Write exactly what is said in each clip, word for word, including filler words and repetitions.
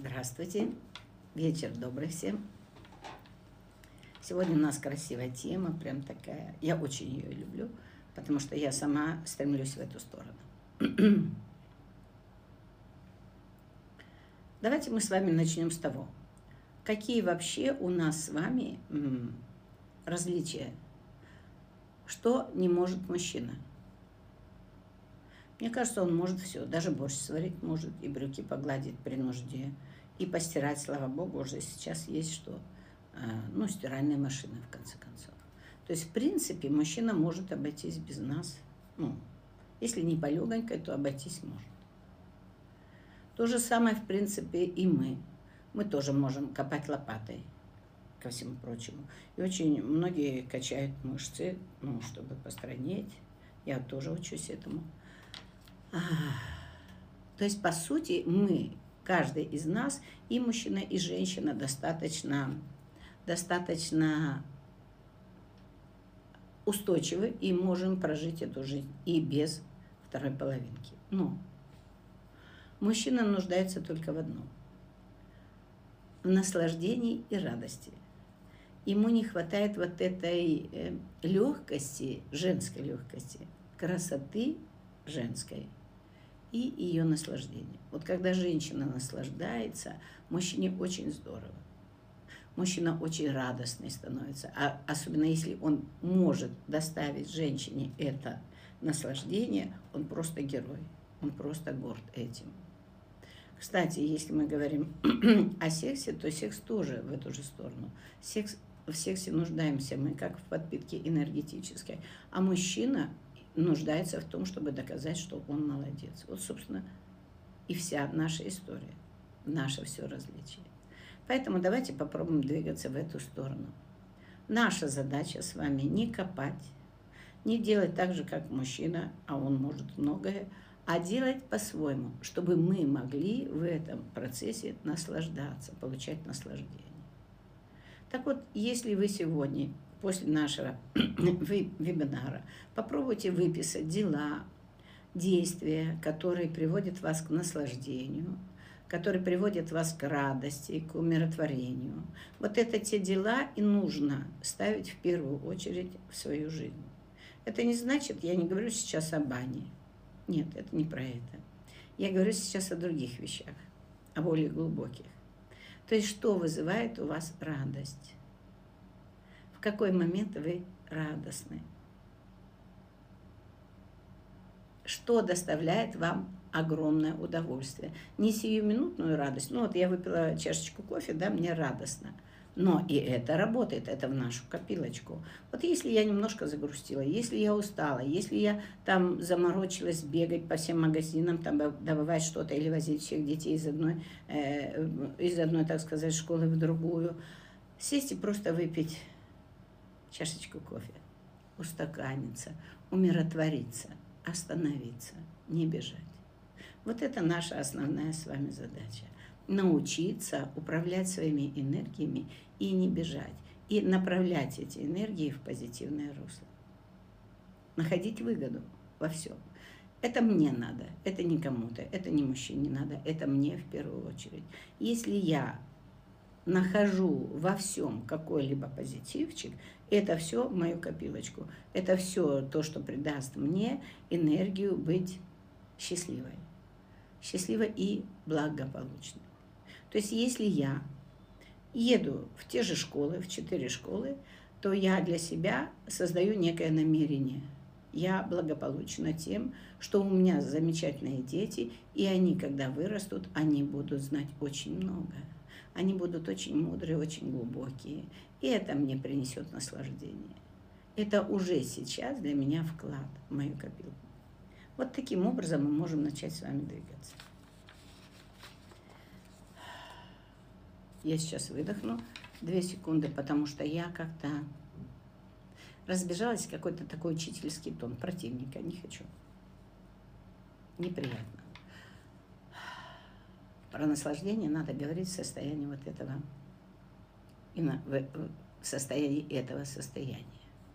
Здравствуйте, вечер добрый всем. Сегодня у нас красивая тема, прям такая. Я очень ее люблю, потому что я сама стремлюсь в эту сторону. Давайте мы с вами начнем с того, какие вообще у нас с вами м, различия, что не может мужчина. Мне кажется, он может все, даже борщ сварить может, и брюки погладить при нужде, и постирать, слава богу, уже сейчас есть что, ну, стиральная машина, в конце концов. То есть, в принципе, мужчина может обойтись без нас. Ну, если не полегонькой, то обойтись может. То же самое, в принципе, и мы. Мы тоже можем копать лопатой, ко всему прочему. И очень многие качают мышцы, ну, чтобы постройнеть. Я тоже учусь этому. То есть, по сути, мы, каждый из нас, и мужчина, и женщина, достаточно, достаточно устойчивы и можем прожить эту жизнь и без второй половинки. Но мужчина нуждается только в одном – в наслаждении и радости. Ему не хватает вот этой легкости, женской легкости, красоты женской и ее наслаждение. Вот когда женщина наслаждается, мужчине очень здорово. Мужчина очень радостный становится. А особенно если он может доставить женщине это наслаждение, он просто герой. Он просто горд этим. Кстати, если мы говорим о сексе, то секс тоже в эту же сторону. Секс, в сексе нуждаемся мы, как в подпитке энергетической. А мужчина нуждается в том, чтобы доказать, что он молодец. Вот, собственно, и вся наша история, наше все различие. Поэтому давайте попробуем двигаться в эту сторону. Наша задача с вами не копать, не делать так же, как мужчина, а он может многое, а делать по-своему, чтобы мы могли в этом процессе наслаждаться, получать наслаждение. Так вот, если вы сегодня после нашего вебинара попробуйте выписать дела, действия, которые приводят вас к наслаждению, которые приводят вас к радости, к умиротворению. Вот это те дела и нужно ставить в первую очередь в свою жизнь. Это не значит, я не говорю сейчас о бане. Нет, это не про это. Я говорю сейчас о других вещах, о более глубоких. То есть, что вызывает у вас радость? В какой момент вы радостны? Что доставляет вам огромное удовольствие? Не сиюминутную радость. Ну вот я выпила чашечку кофе, да, мне радостно. Но и это работает, это в нашу копилочку. Вот если я немножко загрустила, если я устала, если я там заморочилась бегать по всем магазинам, там добывать что-то или возить всех детей из одной, э, из одной, так сказать, школы в другую, сесть и просто выпить чашечку кофе, устаканиться, умиротвориться, остановиться, не бежать. Вот это наша основная с вами задача. Научиться управлять своими энергиями и не бежать. И направлять эти энергии в позитивное русло. Находить выгоду во всем. Это мне надо, это не кому-то, это не мужчине надо, это мне в первую очередь. Если я нахожу во всем какой-либо позитивчик, это все в мою копилочку. Это все то, что придаст мне энергию быть счастливой. Счастливой и благополучной. То есть, если я еду в те же школы, в четыре школы, то я для себя создаю некое намерение. Я благополучна тем, что у меня замечательные дети, и они, когда вырастут, они будут знать очень много. Они будут очень мудрые, очень глубокие. И это мне принесет наслаждение. Это уже сейчас для меня вклад в мою копилку. Вот таким образом мы можем начать с вами двигаться. Я сейчас выдохну две секунды, потому что я как-то разбежалась, какой-то такой учительский тон. Противника не хочу. Неприятно. Про наслаждение надо говорить в состоянии вот этого, в состоянии этого состояния.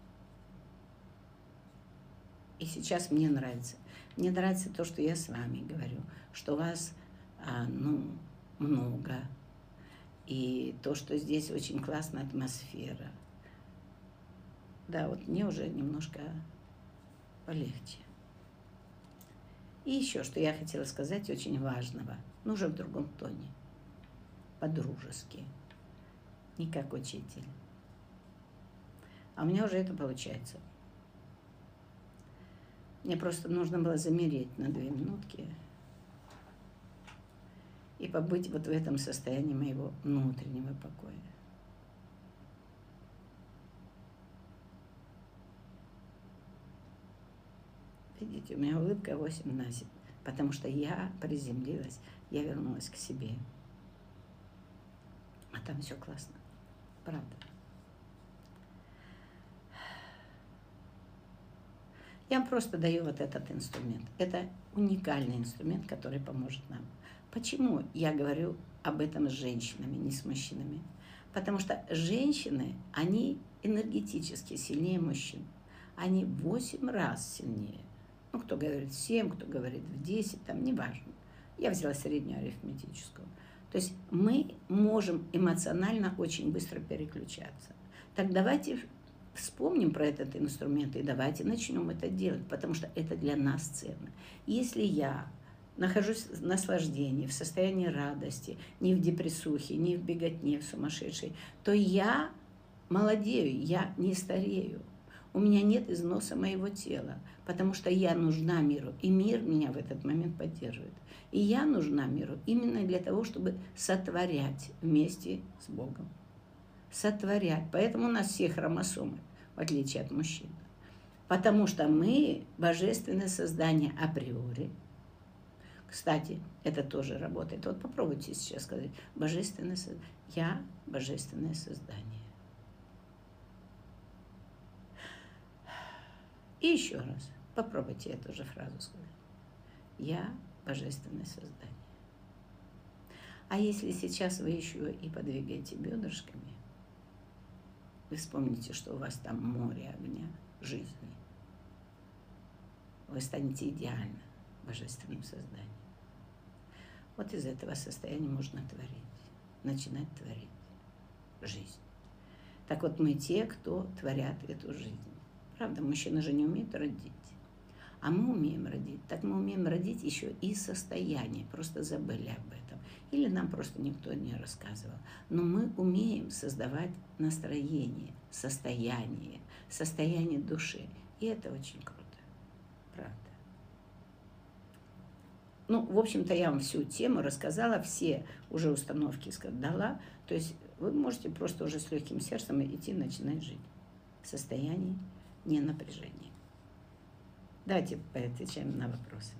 И сейчас мне нравится. Мне нравится то, что я с вами говорю, что у вас, а, ну, много. И то, что здесь очень классная атмосфера. Да, вот мне уже немножко полегче. И еще, что я хотела сказать, очень важного, но уже в другом тоне, по-дружески, не как учитель. А у меня уже это получается. Мне просто нужно было замереть на две минутки и побыть вот в этом состоянии моего внутреннего покоя. Видите, у меня улыбка восемь на семь, потому что я приземлилась, я вернулась к себе. А там все классно, правда. Я вам просто даю вот этот инструмент. Это уникальный инструмент, который поможет нам. Почему я говорю об этом с женщинами, не с мужчинами? Потому что женщины, они энергетически сильнее мужчин. Они в восемь раз сильнее. Ну, кто говорит в семь, кто говорит в десять, там, неважно. Я взяла среднюю арифметическую. То есть мы можем эмоционально очень быстро переключаться. Так давайте вспомним про этот инструмент и давайте начнем это делать, потому что это для нас ценно. Если я нахожусь в наслаждении, в состоянии радости, не в депрессухе, не в беготне, в сумасшедшей, то я молодею, я не старею. У меня нет износа моего тела, потому что я нужна миру, и мир меня в этот момент поддерживает. И я нужна миру именно для того, чтобы сотворять вместе с Богом. Сотворять. Поэтому у нас все хромосомы, в отличие от мужчин. Потому что мы божественное создание априори. Кстати, это тоже работает. Вот попробуйте сейчас сказать. Божественное создание. Я божественное создание. И еще раз. Попробуйте эту же фразу сказать. Я божественное создание. А если сейчас вы еще и подвигаете бедрышками, вы вспомните, что у вас там море огня, жизни. Вы станете идеально божественным созданием. Вот из этого состояния можно творить, начинать творить жизнь. Так вот мы те, кто творят эту жизнь. Правда, мужчины же не умеют родить, а мы умеем родить. Так мы умеем родить еще и состояние, просто забыли об этом. Или нам просто никто не рассказывал. Но мы умеем создавать настроение, состояние, состояние души. И это очень круто. Правда. Ну, в общем-то, я вам всю тему рассказала, все уже установки дала. То есть вы можете просто уже с легким сердцем идти начинать жить в состоянии ненапряжения. Давайте поотвечаем на вопросы.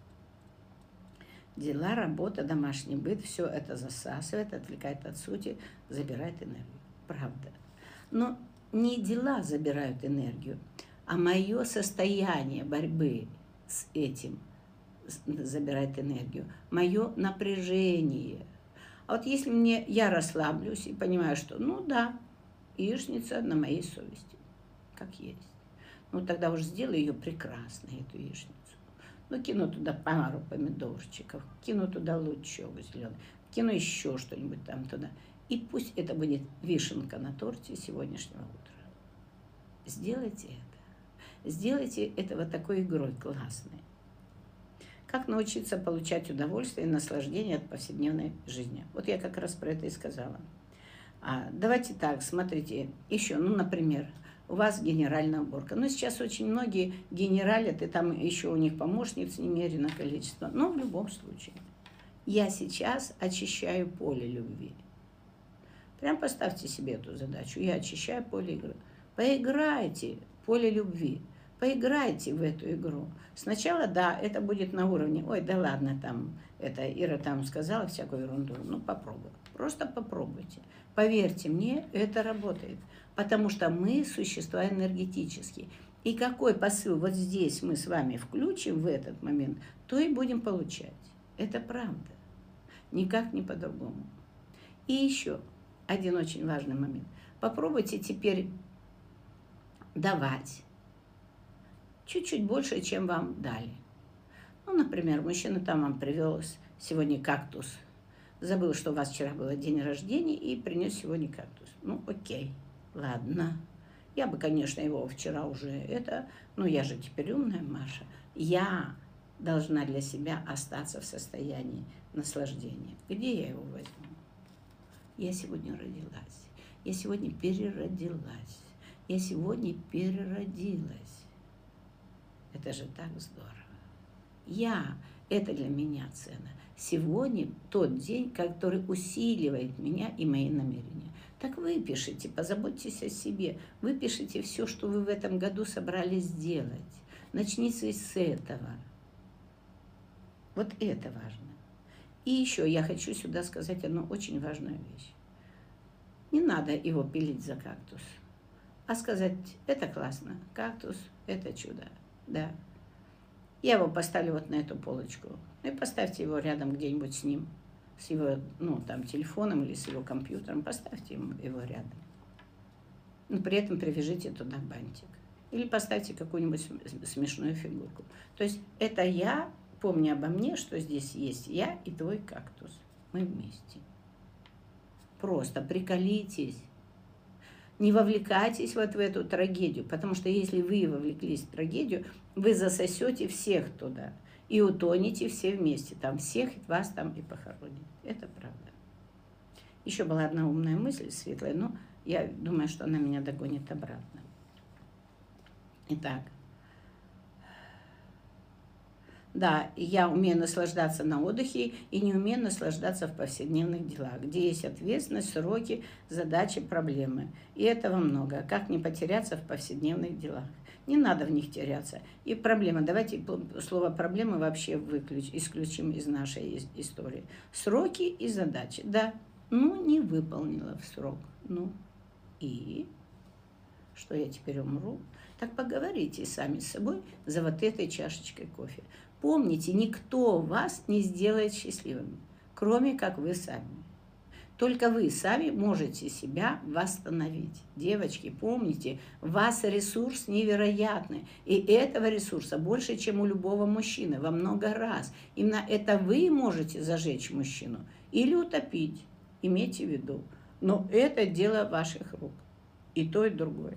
Дела, работа, домашний быт, все это засасывает, отвлекает от сути, забирает энергию. Правда. Но не дела забирают энергию, а мое состояние борьбы с этим забирает энергию. Мое напряжение. А вот если мне, я расслаблюсь и понимаю, что, ну да, яичница на моей совести, как есть. Ну тогда уж сделаю ее прекрасно, эту яичницу. Ну, кину туда пару помидорчиков, кину туда лучок зеленый, кину еще что-нибудь там туда. И пусть это будет вишенка на торте сегодняшнего утра. Сделайте это. Сделайте это вот такой игрой классной. Как научиться получать удовольствие и наслаждение от повседневной жизни? Вот я как раз про это и сказала. А, давайте так, смотрите, еще, ну, например, у вас генеральная уборка. Ну, сейчас очень многие генералят, и там еще у них помощниц немерено количество. Но в любом случае, я сейчас очищаю поле любви. Прям поставьте себе эту задачу. Я очищаю поле игры. Поиграйте в поле любви. Поиграйте в эту игру. Сначала, да, это будет на уровне, ой, да ладно, там, это Ира там сказала всякую ерунду. Ну, попробуй. Просто попробуйте. Поверьте мне, это работает. Потому что мы существа энергетические. И какой посыл вот здесь мы с вами включим в этот момент, то и будем получать. Это правда. Никак не по-другому. И еще один очень важный момент. Попробуйте теперь давать чуть-чуть больше, чем вам дали. Ну, например, мужчина там вам привел сегодня кактус. забыл, что у вас вчера был день рождения и принес сегодня кактус. Ну, окей, ладно. Я бы, конечно, его вчера уже это, но я же теперь умная, Маша. Я должна для себя остаться в состоянии наслаждения. Где я его возьму? Я сегодня родилась. Я сегодня переродилась. Я сегодня переродилась. Это же так здорово. Я, это для меня ценно. Сегодня тот день, который усиливает меня и мои намерения. Так выпишите, позаботьтесь о себе. Выпишите все, что вы в этом году собрались сделать. Начните с этого. Вот это важно. И еще я хочу сюда сказать одну очень важную вещь. Не надо его пилить за кактус, а сказать, это классно, кактус, это чудо, да. Я его поставлю вот на эту полочку. И поставьте его рядом где-нибудь с ним, с его, ну, там, телефоном или с его компьютером. Поставьте его рядом. Но при этом привяжите туда бантик. Или поставьте какую-нибудь смешную фигурку. То есть это я, помни обо мне, что здесь есть я и твой кактус. Мы вместе. Просто приколитесь. Не вовлекайтесь вот в эту трагедию, потому что если вы вовлеклись в трагедию, вы засосете всех туда и утонете все вместе. Там всех вас там и похоронят. Это правда. Еще была одна умная мысль, светлая, но я думаю, что она меня догонит обратно. Итак. Да, я умею наслаждаться на отдыхе и не умею наслаждаться в повседневных делах, где есть ответственность, сроки, задачи, проблемы. И этого много. Как не потеряться в повседневных делах? Не надо в них теряться. И проблема. Давайте слово «проблемы» вообще выключ, исключим из нашей истории. Сроки и задачи. Да, ну не выполнила в срок. Ну и что я теперь умру? Так поговорите сами с собой за вот этой чашечкой кофе. Помните, никто вас не сделает счастливым, кроме как вы сами. Только вы сами можете себя восстановить. Девочки, помните, у вас ресурс невероятный. И этого ресурса больше, чем у любого мужчины, во много раз. Именно это вы можете зажечь мужчину или утопить, имейте в виду. Но это дело ваших рук. И то, и другое.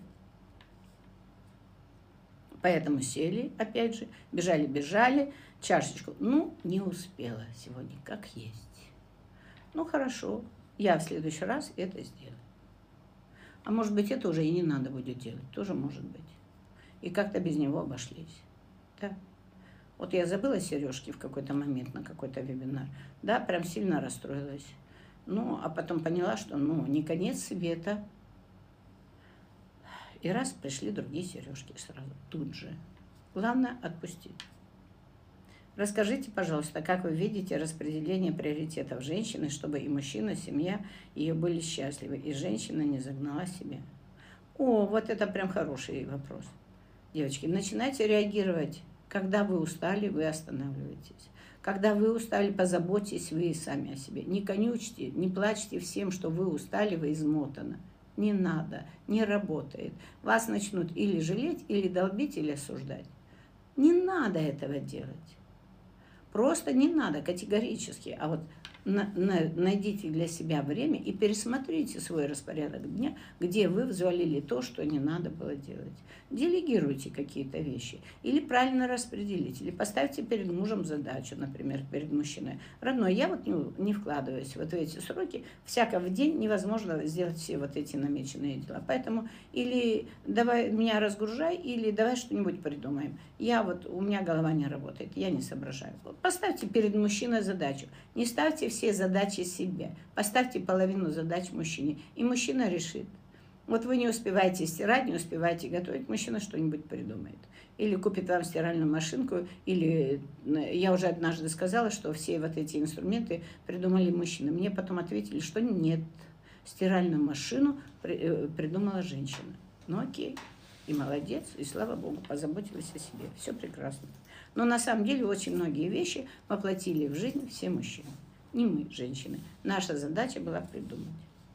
Поэтому сели, опять же, бежали-бежали, чашечку. Ну, не успела сегодня, как есть. Ну, хорошо, я в следующий раз это сделаю. А может быть, это уже и не надо будет делать, тоже может быть. И как-то без него обошлись. Да. Вот я забыла сережки в какой-то момент на какой-то вебинар. Да, прям сильно расстроилась. Ну, а потом поняла, что, ну, не конец света. И раз пришли другие сережки сразу, тут же. Главное отпустить. Расскажите, пожалуйста, как вы видите распределение приоритетов женщины, чтобы и мужчина, и семья ее были счастливы, и женщина не загнала себя? О, вот это прям хороший вопрос. Девочки, начинайте реагировать. Когда вы устали, вы останавливаетесь. Когда вы устали, позаботьтесь вы сами о себе. Не конючьте, не плачьте всем, что вы устали, вы измотаны. Не надо, не работает. Вас начнут или жалеть, или долбить, или осуждать. Не надо этого делать. Просто не надо категорически. А вот на, на, найдите для себя время и пересмотрите свой распорядок дня, где вы взвалили то, что не надо было делать. Делегируйте какие-то вещи. Или правильно распределите. Или поставьте перед мужем задачу, например, перед мужчиной. Родной, я вот не, не вкладываюсь вот в эти сроки. Всяко в день невозможно сделать все вот эти намеченные дела. Поэтому или давай меня разгружай, или давай что-нибудь придумаем. Я вот, у меня голова не работает, я не соображаю. Поставьте перед мужчиной задачу. Не ставьте все задачи себе. Поставьте половину задач мужчине. И мужчина решит. Вот вы не успеваете стирать, не успеваете готовить, мужчина что-нибудь придумает. Или купит вам стиральную машинку, или я уже однажды сказала, что все вот эти инструменты придумали мужчины. Мне потом ответили, что нет, стиральную машину придумала женщина. Ну окей, и молодец, и слава Богу, позаботилась о себе. Все прекрасно. Но на самом деле очень многие вещи воплотили в жизнь все мужчины. Не мы, женщины. Наша задача была придумать.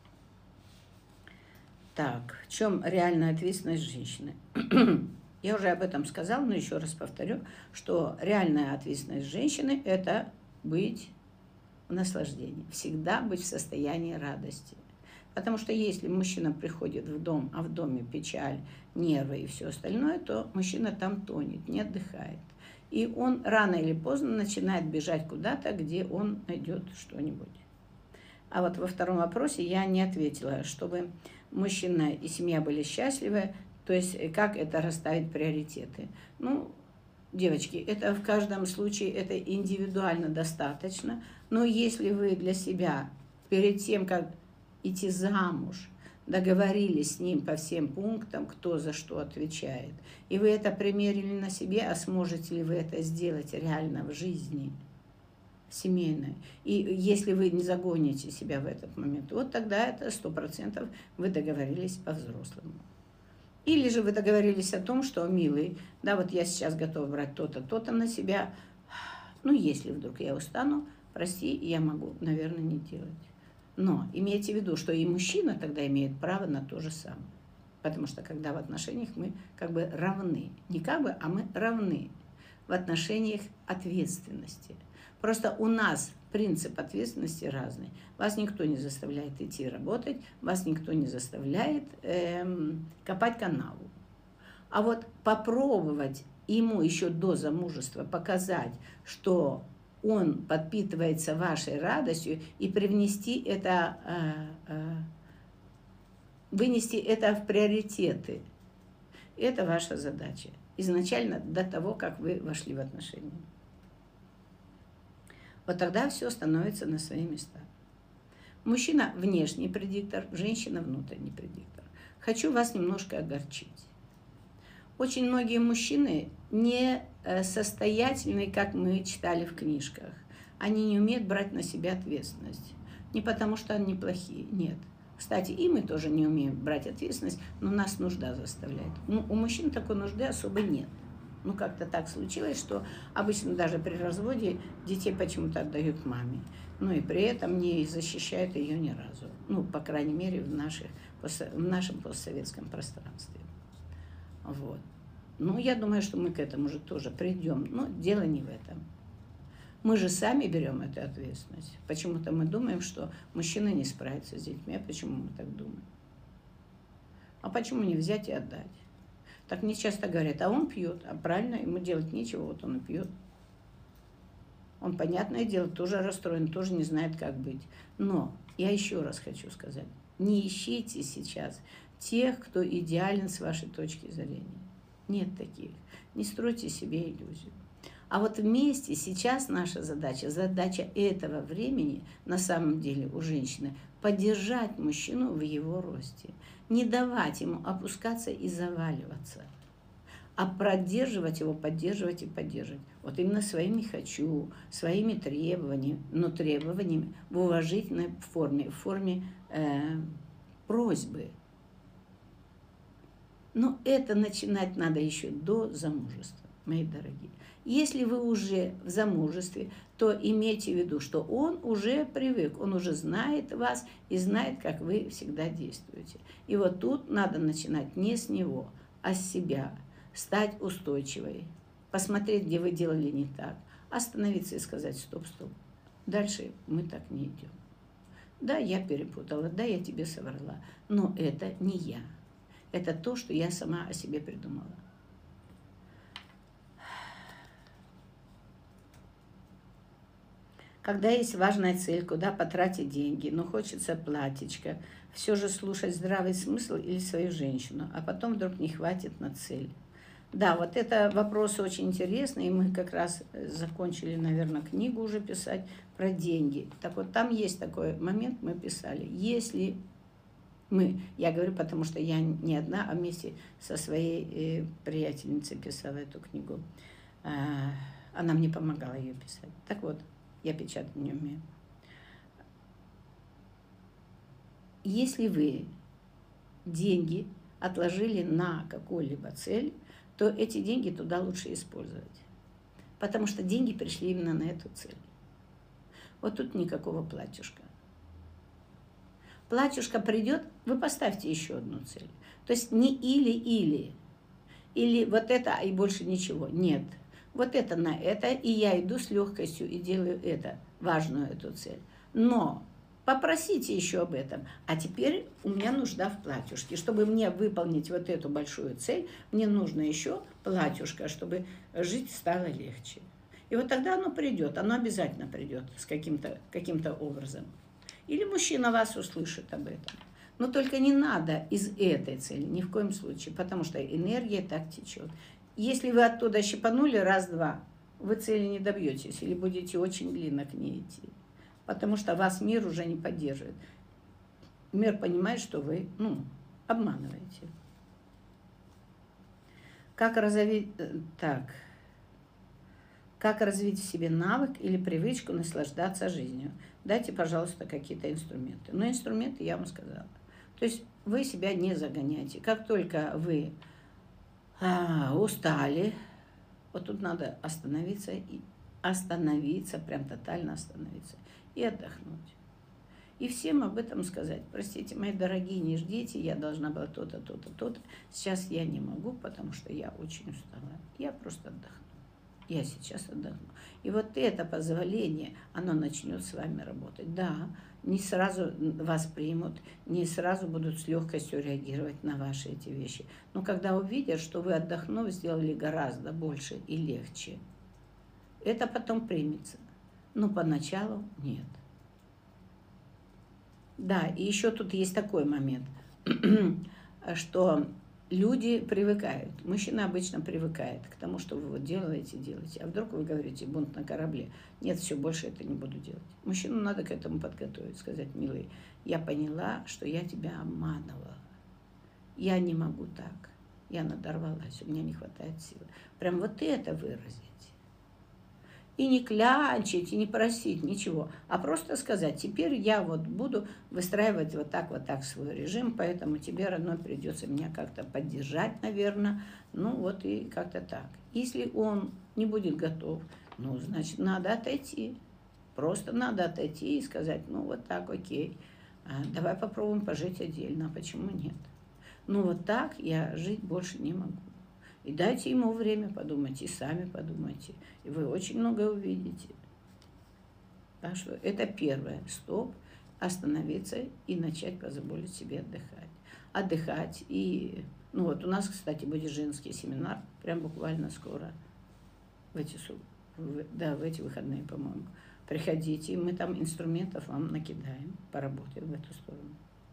Так, в чем реальная ответственность женщины? Я уже об этом сказала, но еще раз повторю, что реальная ответственность женщины – это быть в наслаждении, всегда быть в состоянии радости. Потому что если мужчина приходит в дом, а в доме печаль, нервы и все остальное, то мужчина там тонет, не отдыхает. И он рано или поздно начинает бежать куда-то, где он найдет что-нибудь. А вот во втором вопросе я не ответила, чтобы мужчина и семья были счастливы, то есть как это расставить приоритеты. Ну, девочки, это в каждом случае это индивидуально достаточно, но если вы для себя перед тем, как идти замуж, договорились с ним по всем пунктам, кто за что отвечает, и вы это примерили на себе, а сможете ли вы это сделать реально в жизни семейной? И если вы не загоните себя в этот момент, вот тогда это сто процентов вы договорились по-взрослому. Или же вы договорились о том, что, милый, да, вот я сейчас готова брать то-то, то-то на себя, ну, если вдруг я устану, прости, я могу, наверное, не делать. Но имейте в виду, что и мужчина тогда имеет право на то же самое. Потому что когда в отношениях мы как бы равны, не как бы, а мы равны в отношениях ответственности. Просто у нас принцип ответственности разный. Вас никто не заставляет идти работать, вас никто не заставляет эм, копать канаву. А вот попробовать ему еще до замужества показать, что он подпитывается вашей радостью, и привнести это, э, э, вынести это в приоритеты. Это ваша задача. Изначально до того, как вы вошли в отношения. Вот тогда все становится на свои места. Мужчина – внешний предиктор, женщина – внутренний предиктор. Хочу вас немножко огорчить. Очень многие мужчины не состоятельны, как мы читали в книжках. Они не умеют брать на себя ответственность. Не потому, что они плохие, нет. Кстати, и мы тоже не умеем брать ответственность, но нас нужда заставляет. Ну, у мужчин такой нужды особо нет. Ну, как-то так случилось, что обычно даже при разводе детей почему-то отдают маме. Ну, и при этом не защищают ее ни разу. Ну, по крайней мере, в, наших, в нашем постсоветском пространстве. Вот. Ну, я думаю, что мы к этому же тоже придем. Но дело не в этом. Мы же сами берем эту ответственность. Почему-то мы думаем, что мужчина не справится с детьми. А почему мы так думаем? А почему не взять и отдать? Так мне часто говорят, а он пьет, а правильно, ему делать нечего, вот он и пьет. Он, понятное дело, тоже расстроен, тоже не знает, как быть. Но я еще раз хочу сказать, не ищите сейчас тех, кто идеален с вашей точки зрения. Нет таких. Не стройте себе иллюзию. А вот вместе сейчас наша задача, задача этого времени, на самом деле у женщины, поддержать мужчину в его росте. Не давать ему опускаться и заваливаться, а поддерживать его, поддерживать и поддерживать. Вот именно своими «хочу», своими требованиями, но требованиями в уважительной форме, в форме э, просьбы. Но это начинать надо еще до замужества, мои дорогие. Если вы уже в замужестве, то имейте в виду, что он уже привык, он уже знает вас и знает, как вы всегда действуете. И вот тут надо начинать не с него, а с себя. Стать устойчивой, посмотреть, где вы делали не так, остановиться и сказать стоп, стоп. Дальше мы так не идем. Да, я перепутала, да, я тебе соврала, но это не я. Это то, что я сама о себе придумала. Когда есть важная цель, куда потратить деньги, но хочется платьечко, все же слушать здравый смысл или свою женщину, а потом вдруг не хватит на цель. Да, вот это вопрос очень интересный, и мы как раз закончили, наверное, книгу уже писать про деньги. Так вот, там есть такой момент, мы писали, если мы, я говорю, потому что я не одна, а вместе со своей э, приятельницей писала эту книгу. А, она мне помогала ее писать. Так вот, я печатать не умею. Если вы деньги отложили на какую-либо цель, то эти деньги туда лучше использовать. Потому что деньги пришли именно на эту цель. Вот тут никакого платьюшка. Платьюшка придет, вы поставьте еще одну цель. То есть не или-или. Или вот это, и больше ничего. Нет. Вот это на это, и я иду с легкостью и делаю это, важную эту цель. Но попросите еще об этом. А теперь у меня нужда в платьюшке. Чтобы мне выполнить вот эту большую цель, мне нужно еще платьюшко, чтобы жить стало легче. И вот тогда оно придет, оно обязательно придет с каким-то каким-то образом. Или мужчина вас услышит об этом. Но только не надо из этой цели, ни в коем случае, потому что энергия так течет. Если вы оттуда щипанули раз-два, вы цели не добьетесь или будете очень длинно к ней идти. Потому что вас мир уже не поддерживает. Мир понимает, что вы, ну, обманываете. Как развить, так, как развить в себе навык или привычку наслаждаться жизнью? Дайте, пожалуйста, какие-то инструменты. Но инструменты я вам сказала. То есть вы себя не загоняйте. Как только вы а, устали, вот тут надо остановиться, и остановиться, прям тотально остановиться и отдохнуть. И всем об этом сказать. Простите, мои дорогие, не ждите, я должна была то-то, то-то, то-то. Сейчас я не могу, потому что я очень устала. Я просто отдохну. Я сейчас отдохну. И вот это позволение, оно начнет с вами работать. Да, не сразу вас примут, не сразу будут с легкостью реагировать на ваши эти вещи. Но когда увидят, что вы, отдохнув, сделали гораздо больше и легче, это потом примется. Но поначалу нет. Да, и еще тут есть такой момент, что люди привыкают, мужчина обычно привыкает к тому, что вы вот делаете, делаете. А вдруг вы говорите, бунт на корабле, нет, все, больше это не буду делать. Мужчину надо к этому подготовить, сказать, милый, я поняла, что я тебя обманывала. Я не могу так, я надорвалась, у меня не хватает силы. Прям вот это выразить. И не клянчить, и не просить, ничего. А просто сказать, теперь я вот буду выстраивать вот так, вот так свой режим, поэтому тебе, родной, придется меня как-то поддержать, наверное. Ну вот и как-то так. Если он не будет готов, ну, значит, надо отойти. Просто надо отойти и сказать, ну вот так, окей, давай попробуем пожить отдельно, а почему нет? Ну вот так я жить больше не могу. И дайте ему время подумать, и сами подумайте. И вы очень многое увидите. Так что это первое. Стоп, остановиться и начать позволить себе отдыхать. Отдыхать. И, ну вот у нас, кстати, будет женский семинар, прям буквально скоро. В эти, да, в эти выходные, по-моему. Приходите, и мы там инструментов вам накидаем. Поработаем в эту сторону.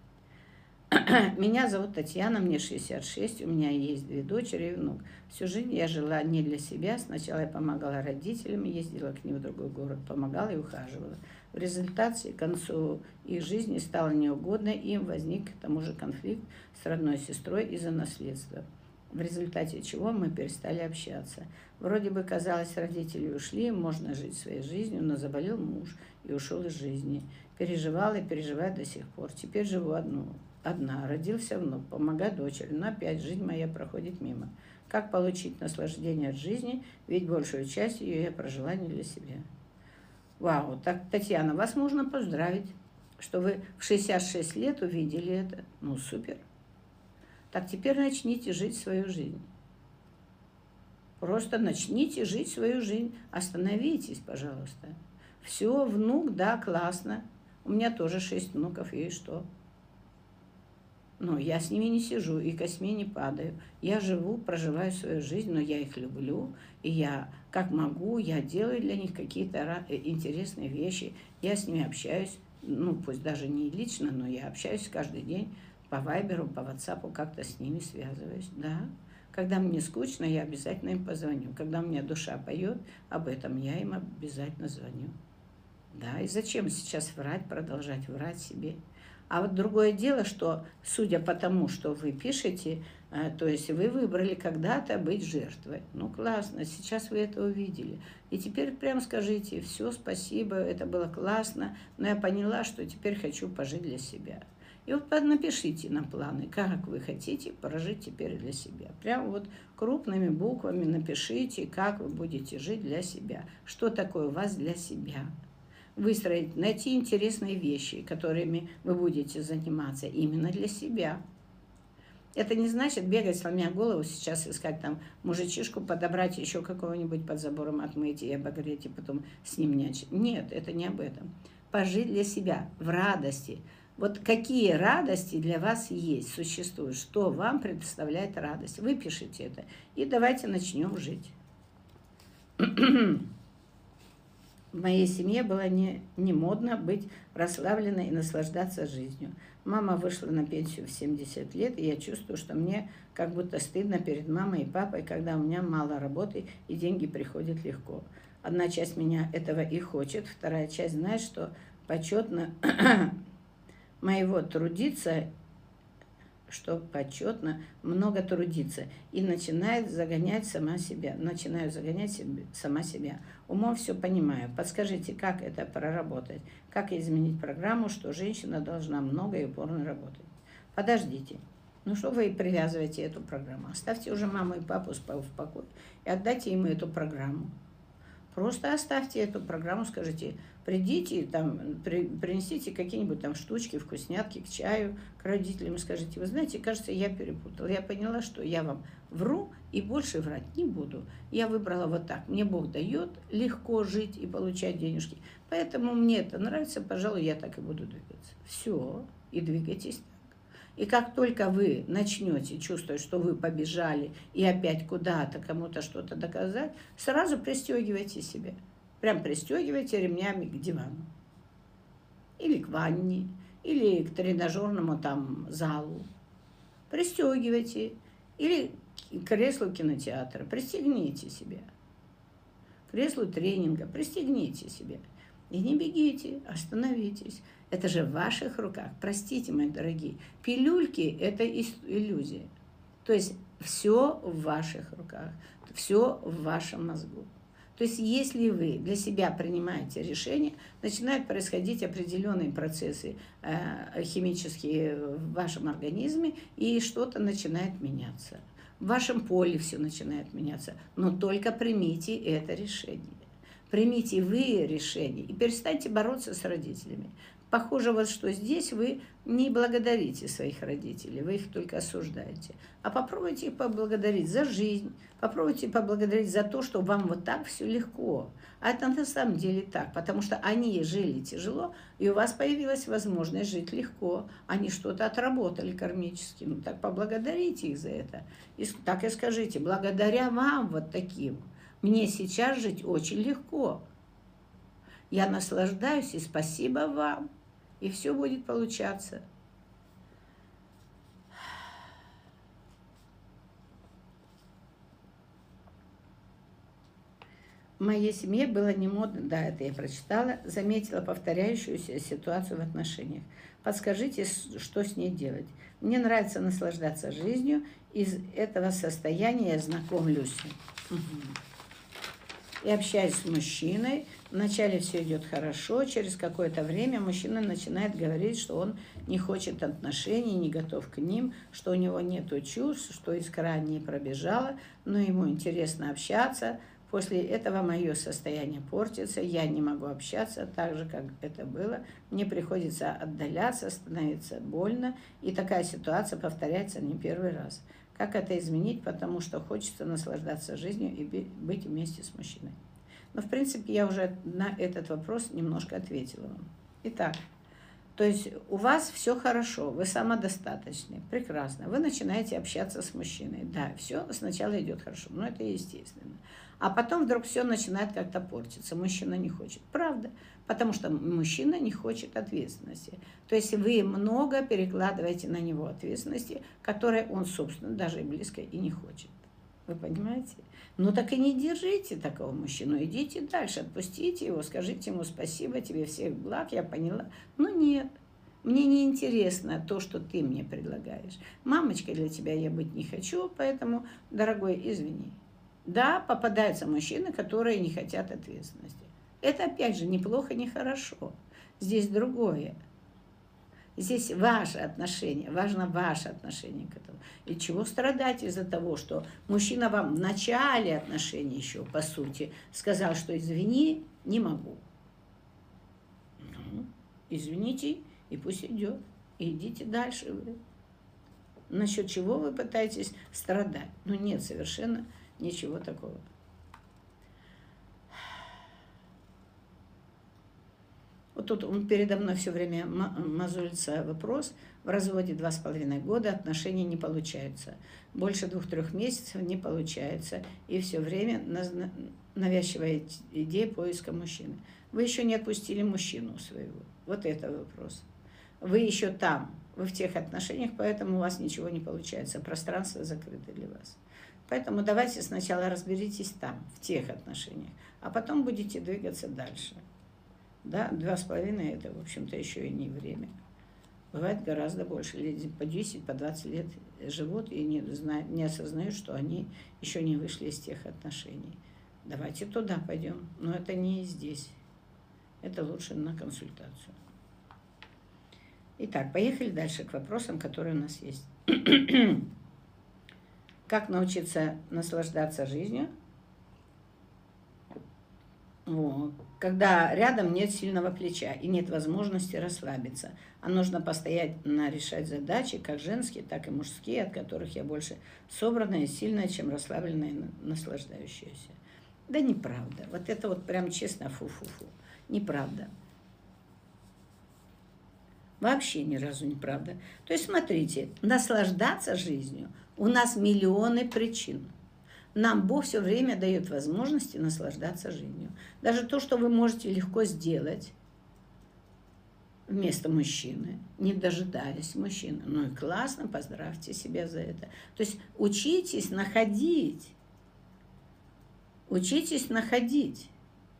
Меня зовут Татьяна, мне шестьдесят шесть, у меня есть две дочери и внук. Всю жизнь я жила не для себя. Сначала я помогала родителям, ездила к ним в другой город, помогала и ухаживала. В результате к концу их жизни стало неугодно, и им возник к тому же конфликт с родной сестрой из-за наследства. В результате чего мы перестали общаться. Вроде бы казалось, родители ушли, можно жить своей жизнью, но заболел муж и ушел из жизни. Переживала и переживаю до сих пор. Теперь живу одну. Одна, родился внук, помогаю дочери, но опять жизнь моя проходит мимо. Как получить наслаждение от жизни, ведь большую часть ее я прожила не для себя. Вау, так, Татьяна, вас можно поздравить, что вы в шестьдесят шесть лет увидели это. Ну, супер. Так теперь начните жить свою жизнь. Просто начните жить свою жизнь. Остановитесь, пожалуйста. Все, внук, да, классно. У меня тоже шесть внуков, и что? Но я с ними не сижу и косьми не падаю. Я живу, проживаю свою жизнь, но я их люблю. И я, как могу, я делаю для них какие-то интересные вещи. Я с ними общаюсь, ну, пусть даже не лично, но я общаюсь каждый день по вайберу, по ватсапу, как-то с ними связываюсь, да. Когда мне скучно, я обязательно им позвоню. Когда у меня душа поет об этом, я им обязательно звоню. Да, и зачем сейчас врать, продолжать врать себе? А вот другое дело, что, судя по тому, что вы пишете, то есть вы выбрали когда-то быть жертвой. Ну, классно, сейчас вы это увидели. И теперь прям скажите, все, спасибо, это было классно, но я поняла, что теперь хочу пожить для себя. И вот напишите на планы, как вы хотите прожить теперь для себя. Прям вот крупными буквами напишите, как вы будете жить для себя. Что такое у вас для себя. Выстроить, найти интересные вещи, которыми вы будете заниматься именно для себя. Это не значит бегать, сломя голову, сейчас искать там мужичишку, подобрать еще какого-нибудь под забором, отмыть и обогреть, и потом с ним нянчить. Нет, это не об этом. Пожить для себя, в радости. Вот какие радости для вас есть, существуют, что вам предоставляет радость. Выпишите это и давайте начнем жить. В моей семье было не, не модно быть расслабленной и наслаждаться жизнью. Мама вышла на пенсию в семьдесят лет, и я чувствую, что мне как будто стыдно перед мамой и папой, когда у меня мало работы и деньги приходят легко. Одна часть меня этого и хочет, вторая часть знает, что почетно моего трудиться, что почетно много трудиться, и начинает загонять сама себя, начинаю загонять себе, сама себя. Умом все понимаю. Подскажите, как это проработать? Как изменить программу, что женщина должна много и упорно работать? Подождите. Ну что вы привязываете эту программу? Оставьте уже маму и папу в покое и отдайте им эту программу. Просто оставьте эту программу, скажите, придите, там, при, принесите какие-нибудь там штучки, вкуснятки к чаю, к родителям и скажите, вы знаете, кажется, я перепутала. Я поняла, что я вам вру и больше врать не буду. Я выбрала вот так. Мне Бог дает легко жить и получать денежки. Поэтому мне это нравится, пожалуй, я так и буду двигаться. Все, и двигайтесь. И как только вы начнете чувствовать, что вы побежали и опять куда-то кому-то что-то доказать, сразу пристегивайте себя. Прям пристегивайте ремнями к дивану. Или к ванне, или к тренажерному там залу. Пристегивайте. Или к креслу кинотеатра. Пристегните себя. К креслу тренинга. Пристегните себя. И не бегите, остановитесь. Это же в ваших руках. Простите, мои дорогие. Пилюльки – это иллюзия. То есть все в ваших руках, все в вашем мозгу. То есть если вы для себя принимаете решение, начинают происходить определенные процессы э, химические в вашем организме, и что-то начинает меняться. В вашем поле все начинает меняться. Но только примите это решение. Примите вы решение и перестаньте бороться с родителями. Похоже, вот что здесь вы не благодарите своих родителей, вы их только осуждаете. А попробуйте их поблагодарить за жизнь, попробуйте поблагодарить за то, что вам вот так все легко. А это на самом деле так, потому что они жили тяжело, и у вас появилась возможность жить легко. Они что-то отработали кармически. Ну так поблагодарите их за это. И так и скажите, благодаря вам вот таким, мне сейчас жить очень легко. Я наслаждаюсь, и спасибо вам. И все будет получаться. В моей семье было не модно, да, это я прочитала, заметила повторяющуюся ситуацию в отношениях. Подскажите, что с ней делать? Мне нравится наслаждаться жизнью, из этого состояния я знакомлюсь. Угу. И общаюсь с мужчиной. Вначале все идет хорошо, через какое-то время мужчина начинает говорить, что он не хочет отношений, не готов к ним, что у него нет чувств, что искра не пробежала, но ему интересно общаться. После этого мое состояние портится, я не могу общаться так же, как это было. Мне приходится отдаляться, становится больно, и такая ситуация повторяется не первый раз. Как это изменить, потому что хочется наслаждаться жизнью и быть вместе с мужчиной. Но, в принципе, я уже на этот вопрос немножко ответила вам. Итак, то есть у вас все хорошо, вы самодостаточны, прекрасно. Вы начинаете общаться с мужчиной. Да, все сначала идет хорошо, но это естественно. А потом вдруг все начинает как-то портиться. Мужчина не хочет. Правда, потому что мужчина не хочет ответственности. То есть вы много перекладываете на него ответственности, которые он, собственно, даже и близко и не хочет. Вы понимаете? Ну так и не держите такого мужчину, идите дальше, отпустите его, скажите ему спасибо, тебе всех благ, я поняла. Но нет, мне не интересно то, что ты мне предлагаешь. Мамочкой для тебя я быть не хочу, поэтому, дорогой, извини. Да, попадаются мужчины, которые не хотят ответственности. Это, опять же, неплохо, не хорошо. Здесь другое. Здесь ваше отношение, важно ваше отношение к этому. И чего страдать из-за того, что мужчина вам в начале отношений еще, по сути, сказал, что извини, не могу. Ну, извините, и пусть идет. И идите дальше вы. насчет чего вы пытаетесь страдать. Ну нет, совершенно ничего такого. Вот тут он передо мной все время мозолится вопрос. В разводе два с половиной года отношения не получаются. Больше двух-трех месяцев не получается. И все время навязчивая идея поиска мужчины. Вы еще не отпустили мужчину своего. Вот это вопрос. Вы еще там, вы в тех отношениях, поэтому у вас ничего не получается. Пространство закрыто для вас. Поэтому давайте сначала разберитесь там, в тех отношениях, а потом будете двигаться дальше. Да, два с половиной это, в общем-то, еще и не время. Бывает гораздо больше. Люди по десять, по двадцать лет живут и не, знают, не осознают, что они еще не вышли из тех отношений. Давайте туда пойдем. Но это не здесь. Это лучше на консультацию. Итак, поехали дальше к вопросам, которые у нас есть. Как научиться наслаждаться жизнью? Вот. Когда рядом нет сильного плеча и нет возможности расслабиться, а нужно постоянно решать задачи, как женские, так и мужские, от которых я больше собранная и сильная, чем расслабленная и наслаждающаяся. Да неправда. Вот это вот прям честно фу-фу-фу. Неправда. Вообще ни разу неправда. То есть смотрите, наслаждаться жизнью у нас миллионы причин. Нам Бог все время дает возможности наслаждаться жизнью. Даже то, что вы можете легко сделать вместо мужчины, не дожидаясь мужчины. Ну и классно, поздравьте себя за это. То есть учитесь находить. Учитесь находить.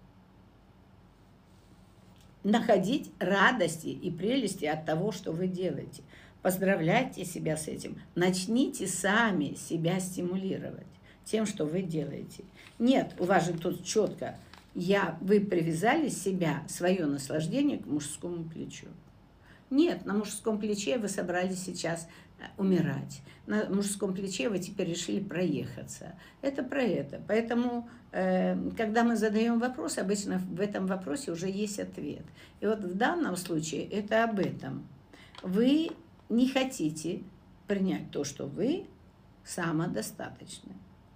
Находить радости и прелести от того, что вы делаете. Поздравляйте себя с этим. Начните сами себя стимулировать тем, что вы делаете. Нет, у вас же тут четко, я, вы привязали себя, свое наслаждение к мужскому плечу. Нет, на мужском плече вы собрались сейчас умирать. На мужском плече вы теперь решили проехаться. Это про это. Поэтому, э, когда мы задаем вопрос, обычно в этом вопросе уже есть ответ. И вот в данном случае это об этом. Вы не хотите принять то, что вы самодостаточны.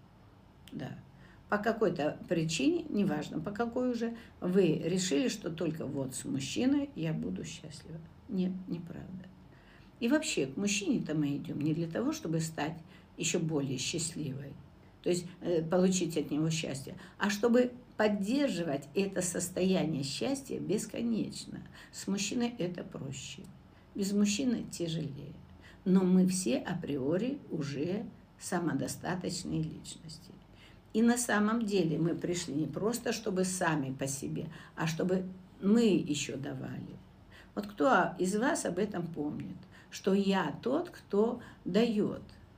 Да. По какой-то причине, неважно по какой уже, вы решили, что только вот с мужчиной я буду счастлива. Нет, неправда. И вообще к мужчине-то мы идем не для того, чтобы стать еще более счастливой, то есть э, получить от него счастье, а чтобы поддерживать это состояние счастья бесконечно. С мужчиной это проще, без мужчины тяжелее. Но мы все априори уже самодостаточные личности. И на самом деле мы пришли не просто, чтобы сами по себе, а чтобы мы еще давали. Вот кто из вас об этом помнит? Что я тот, кто дает.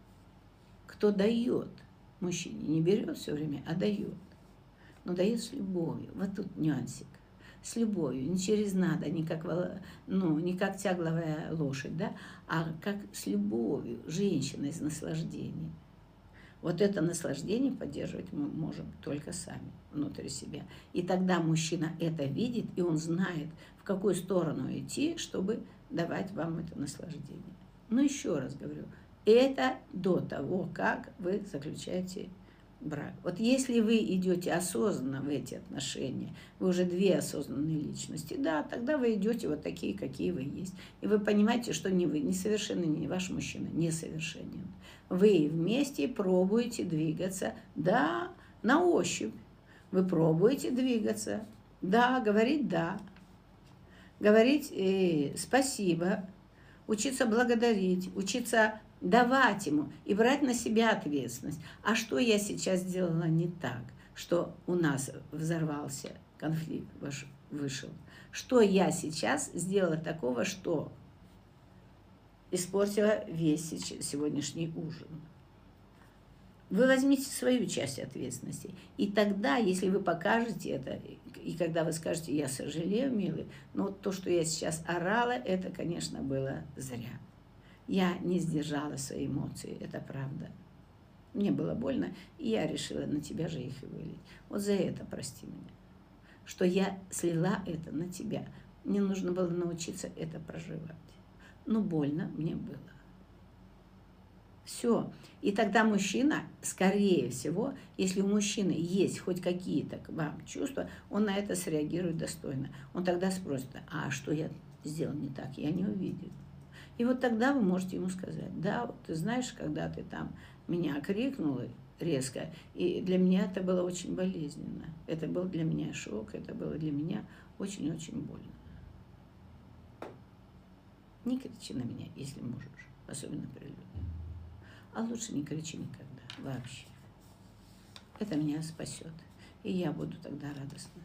Кто дает мужчине. Не берет все время, а дает. Но дает с любовью. Вот тут нюансик. С любовью. Не через надо, не как, ну, не как тягловая лошадь, да? А как с любовью. Женщина из наслаждения. Вот это наслаждение поддерживать мы можем только сами, внутри себя. И тогда мужчина это видит, и он знает, в какую сторону идти, чтобы давать вам это наслаждение. Но еще раз говорю, это до того, как вы заключаете брак. Вот если вы идете осознанно в эти отношения, вы уже две осознанные личности, да, тогда вы идете вот такие, какие вы есть. И вы понимаете, что не вы, несовершенный, не ваш мужчина, несовершенен. Вы вместе пробуете двигаться, да, на ощупь. Вы пробуете двигаться, да, говорить да, говорить э, спасибо, учиться благодарить, учиться давать ему и брать на себя ответственность. А что я сейчас сделала не так, что у нас взорвался конфликт, вышел? Что я сейчас сделала такого, что испортила весь сегодняшний ужин? Вы возьмите свою часть ответственности. И тогда, если вы покажете это, и когда вы скажете, я сожалею, милый, но вот то, что я сейчас орала, это, конечно, было зря. Я не сдержала свои эмоции, это правда. Мне было больно, и я решила на тебя же их и вылить. Вот за это прости меня, что я слила это на тебя. Мне нужно было научиться это проживать. Но больно мне было. Все. И тогда мужчина, скорее всего, если у мужчины есть хоть какие-то к вам чувства, он на это среагирует достойно. Он тогда спросит, а что я сделал не так, я не увидел. И вот тогда вы можете ему сказать, да, вот ты знаешь, когда ты там меня крикнула резко, и для меня это было очень болезненно. Это был для меня шок, это было для меня очень-очень больно. Не кричи на меня, если можешь, особенно при людях. А лучше не кричи никогда, вообще. Это меня спасет, и я буду тогда радостна.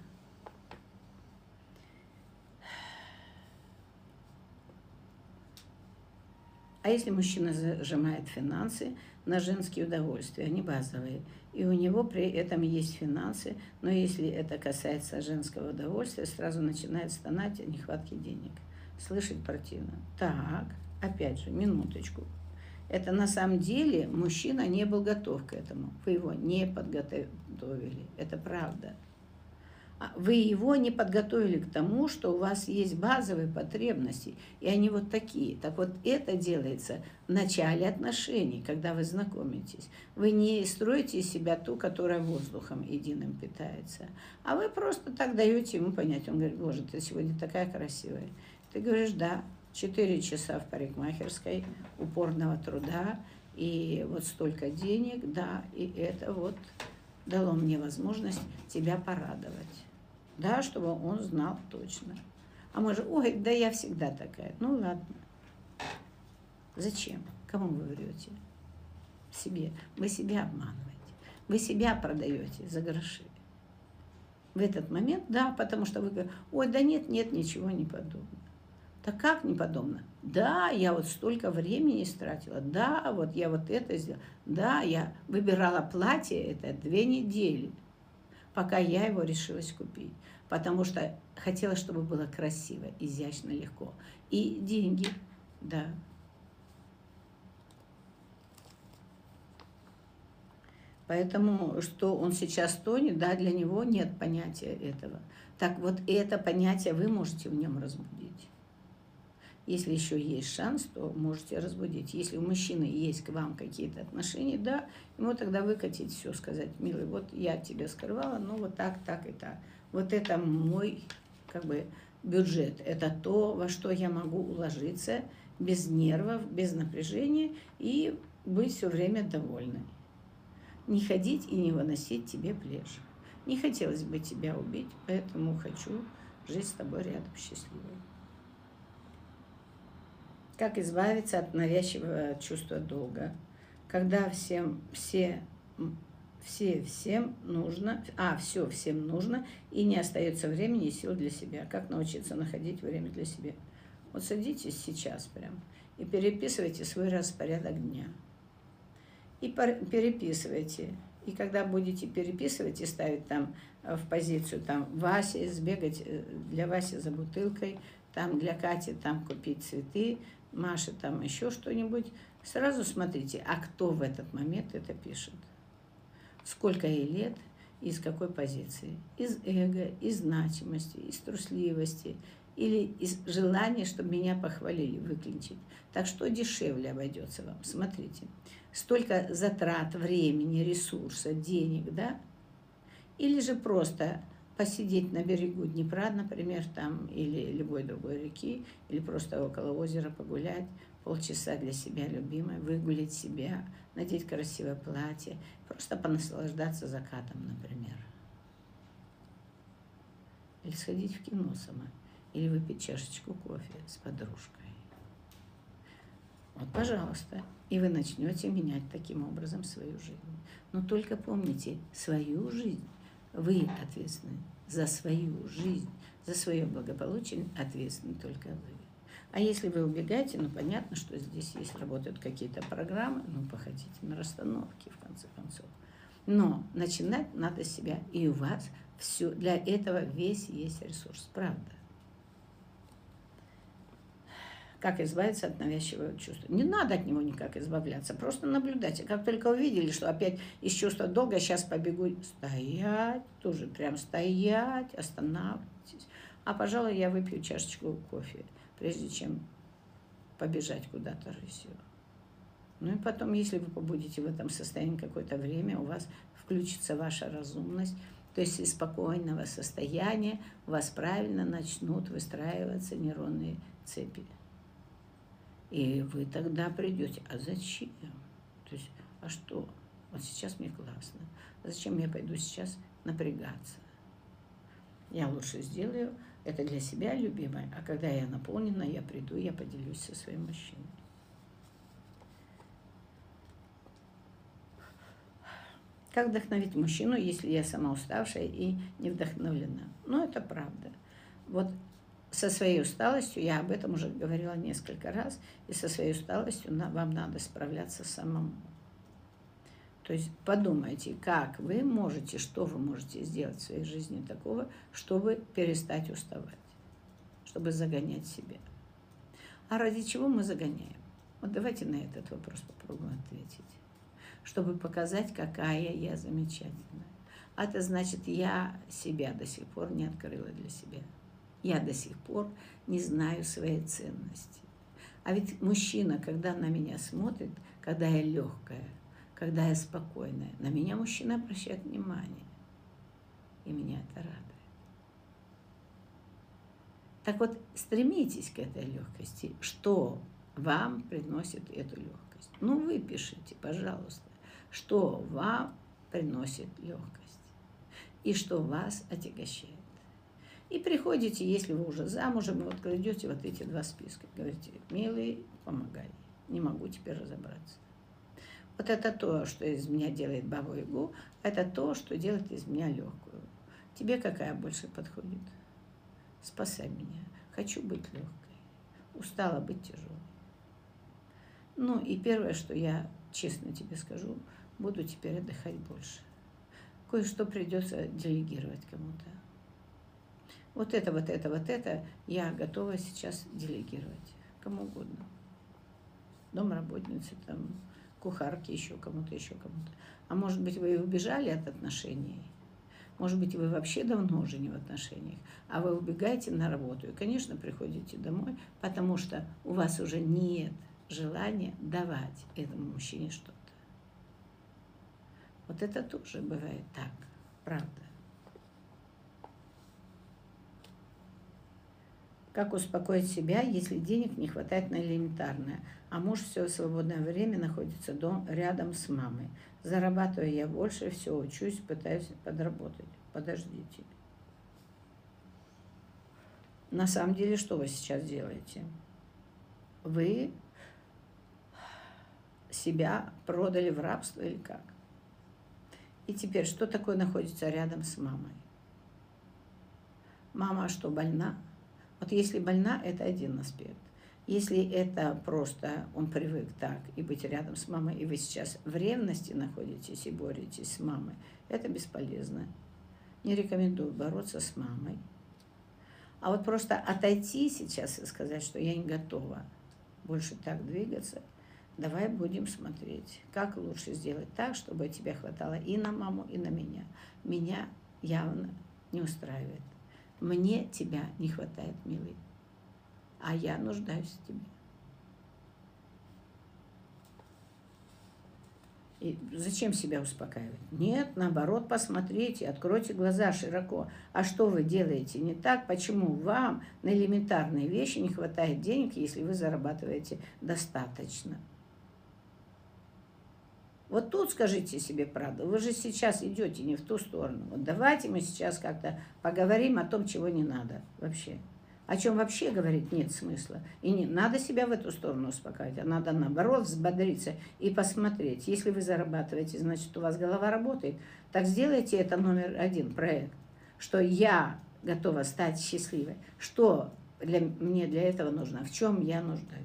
А если мужчина зажимает финансы на женские удовольствия, они базовые, и у него при этом есть финансы, но если это касается женского удовольствия, сразу начинает стонать о нехватке денег. Слышать противно. Так, опять же, минуточку. Это на самом деле мужчина не был готов к этому. Вы его не подготовили. Это правда. Вы его не подготовили к тому, что у вас есть базовые потребности, и они вот такие. Так вот, это делается в начале отношений, когда вы знакомитесь. Вы не строите из себя ту, которая воздухом единым питается, а вы просто так даете ему понять. Он говорит, боже, ты сегодня такая красивая. Ты говоришь, да, четыре часа в парикмахерской, упорного труда, и вот столько денег, да, и это вот дало мне возможность тебя порадовать. Да, чтобы он знал точно. А может, ой, да я всегда такая. Ну ладно. Зачем? Кому вы врете? Себе. Вы себя обманываете. Вы себя продаете за гроши. В этот момент, да, потому что вы говорите, ой, да нет, нет, ничего не подобно. Так как не подобно? Да, я вот столько времени истратила. Да, вот я вот это сделала. Да, я выбирала платье это две недели, пока я его решилась купить. Потому что хотела, чтобы было красиво, изящно, легко. И деньги, да. Поэтому, что он сейчас тонет, да, для него нет понятия этого. Так вот, это понятие вы можете в нем разбудить. Если еще есть шанс, то можете разбудить. Если у мужчины есть к вам какие-то отношения, да, ему тогда выкатить все, сказать, милый, вот я тебя скрывала, ну вот так, так и так. Вот это мой, как бы, бюджет. Это то, во что я могу уложиться без нервов, без напряжения и быть все время довольной. Не ходить и не выносить тебе плешь. Не хотелось бы тебя убить, поэтому хочу жить с тобой рядом счастливой. Как избавиться от навязчивого чувства долга, когда всем, все, все всем нужно, а, все всем нужно, и не остается времени и сил для себя. Как научиться находить время для себя? Вот садитесь сейчас прям и переписывайте свой распорядок дня. И переписывайте. И когда будете переписывать и ставить там в позицию там Васе, сбегать для Васи за бутылкой, там для Кати там купить цветы, Маше там еще что-нибудь, сразу смотрите, а кто в этот момент это пишет. Сколько ей лет, из какой позиции. Из эго, из значимости, из трусливости или из желания, чтобы меня похвалили, выключить. Так что дешевле обойдется вам. Смотрите, столько затрат времени, ресурса, денег, да? Или же просто посидеть на берегу Днепра, например, там, или любой другой реки, или просто около озера погулять, полчаса для себя любимой, выгулять себя, надеть красивое платье, просто понаслаждаться закатом, например. Или сходить в кино сама, или выпить чашечку кофе с подружкой. Вот, пожалуйста, и вы начнете менять таким образом свою жизнь. Но только помните, свою жизнь вы ответственны за свою жизнь, за свое благополучие ответственны только вы. А если вы убегаете, ну понятно, что здесь есть, работают какие-то программы, ну походите на расстановке в конце концов. Но начинать надо с себя, и у вас все, для этого весь есть ресурс, правда. Как избавиться от навязчивого чувства? Не надо от него никак избавляться, просто наблюдайте. Как только увидели, что опять из чувства долга, сейчас побегу, стоять, тоже прям стоять, останавливайтесь. А, пожалуй, я выпью чашечку кофе, прежде чем побежать куда-то рысью. Ну и потом, если вы побудете в этом состоянии какое-то время, у вас включится ваша разумность, то есть из спокойного состояния у вас правильно начнут выстраиваться нейронные цепи. И вы тогда придете, а зачем? То есть, а что? Вот сейчас мне классно. Зачем я пойду сейчас напрягаться? Я лучше сделаю это для себя, любимое, а когда я наполнена, я приду, я поделюсь со своим мужчиной. Как вдохновить мужчину, если я сама уставшая и не вдохновлена? Ну, это правда. Вот со своей усталостью, я об этом уже говорила несколько раз, и со своей усталостью вам надо справляться самому. То есть подумайте, как вы можете, что вы можете сделать в своей жизни такого, чтобы перестать уставать, чтобы загонять себя. А ради чего мы загоняем? Вот давайте на этот вопрос попробуем ответить. Чтобы показать, какая я замечательная. А это значит, я себя до сих пор не открыла для себя. Я до сих пор не знаю своей ценности. А ведь мужчина, когда на меня смотрит, когда я легкая, когда я спокойная, на меня мужчина обращает внимание. И меня это радует. Так вот, стремитесь к этой легкости. Что вам приносит эту легкость? Ну, вы пишите, пожалуйста, что вам приносит легкость и что вас отягощает. И приходите, если вы уже замужем, вот кладете вот эти два списка. Говорите, милый, помогай, не могу теперь разобраться. Вот это то, что из меня делает Бабу-Ягу, это то, что делает из меня легкую. Тебе какая больше подходит? Спасай меня. Хочу быть легкой. Устала быть тяжелой. Ну и первое, что я честно тебе скажу, буду теперь отдыхать больше. Кое-что придется делегировать кому-то. Вот это, вот это, вот это я готова сейчас делегировать кому угодно. Домработнице, там, кухарке, еще кому-то, еще кому-то. А может быть, вы убежали от отношений? Может быть, вы вообще давно уже не в отношениях, а вы убегаете на работу и, конечно, приходите домой, потому что у вас уже нет желания давать этому мужчине что-то. Вот это тоже бывает так, правда. Как успокоить себя, если денег не хватает на элементарное, а муж все свободное время находится дом, рядом с мамой. Зарабатываю я больше, все учусь, пытаюсь подработать. Подождите. На самом деле, что вы сейчас делаете? Вы себя продали в рабство или как? И теперь, что такое находится рядом с мамой? Мама что, больна? Вот если больна, это один аспект. Если это просто он привык так и быть рядом с мамой, и вы сейчас в ревности находитесь и боретесь с мамой, это бесполезно. Не рекомендую бороться с мамой. А вот просто отойти сейчас и сказать, что я не готова больше так двигаться, давай будем смотреть, как лучше сделать так, чтобы тебе хватало и на маму, и на меня. Меня явно не устраивает. Мне тебя не хватает, милый, а я нуждаюсь в тебе. И зачем себя успокаивать? Нет, наоборот, посмотрите, откройте глаза широко. А что вы делаете не так? Почему вам на элементарные вещи не хватает денег, если вы зарабатываете достаточно? Вот тут скажите себе правду. Вы же сейчас идете не в ту сторону. Вот давайте мы сейчас как-то поговорим о том, чего не надо вообще. О чем вообще говорить нет смысла. И не надо себя в эту сторону успокаивать, а надо наоборот взбодриться и посмотреть. Если вы зарабатываете, значит, у вас голова работает. Так сделайте это номер один проект, что я готова стать счастливой. Что для, мне для этого нужно? В чем я нуждаюсь?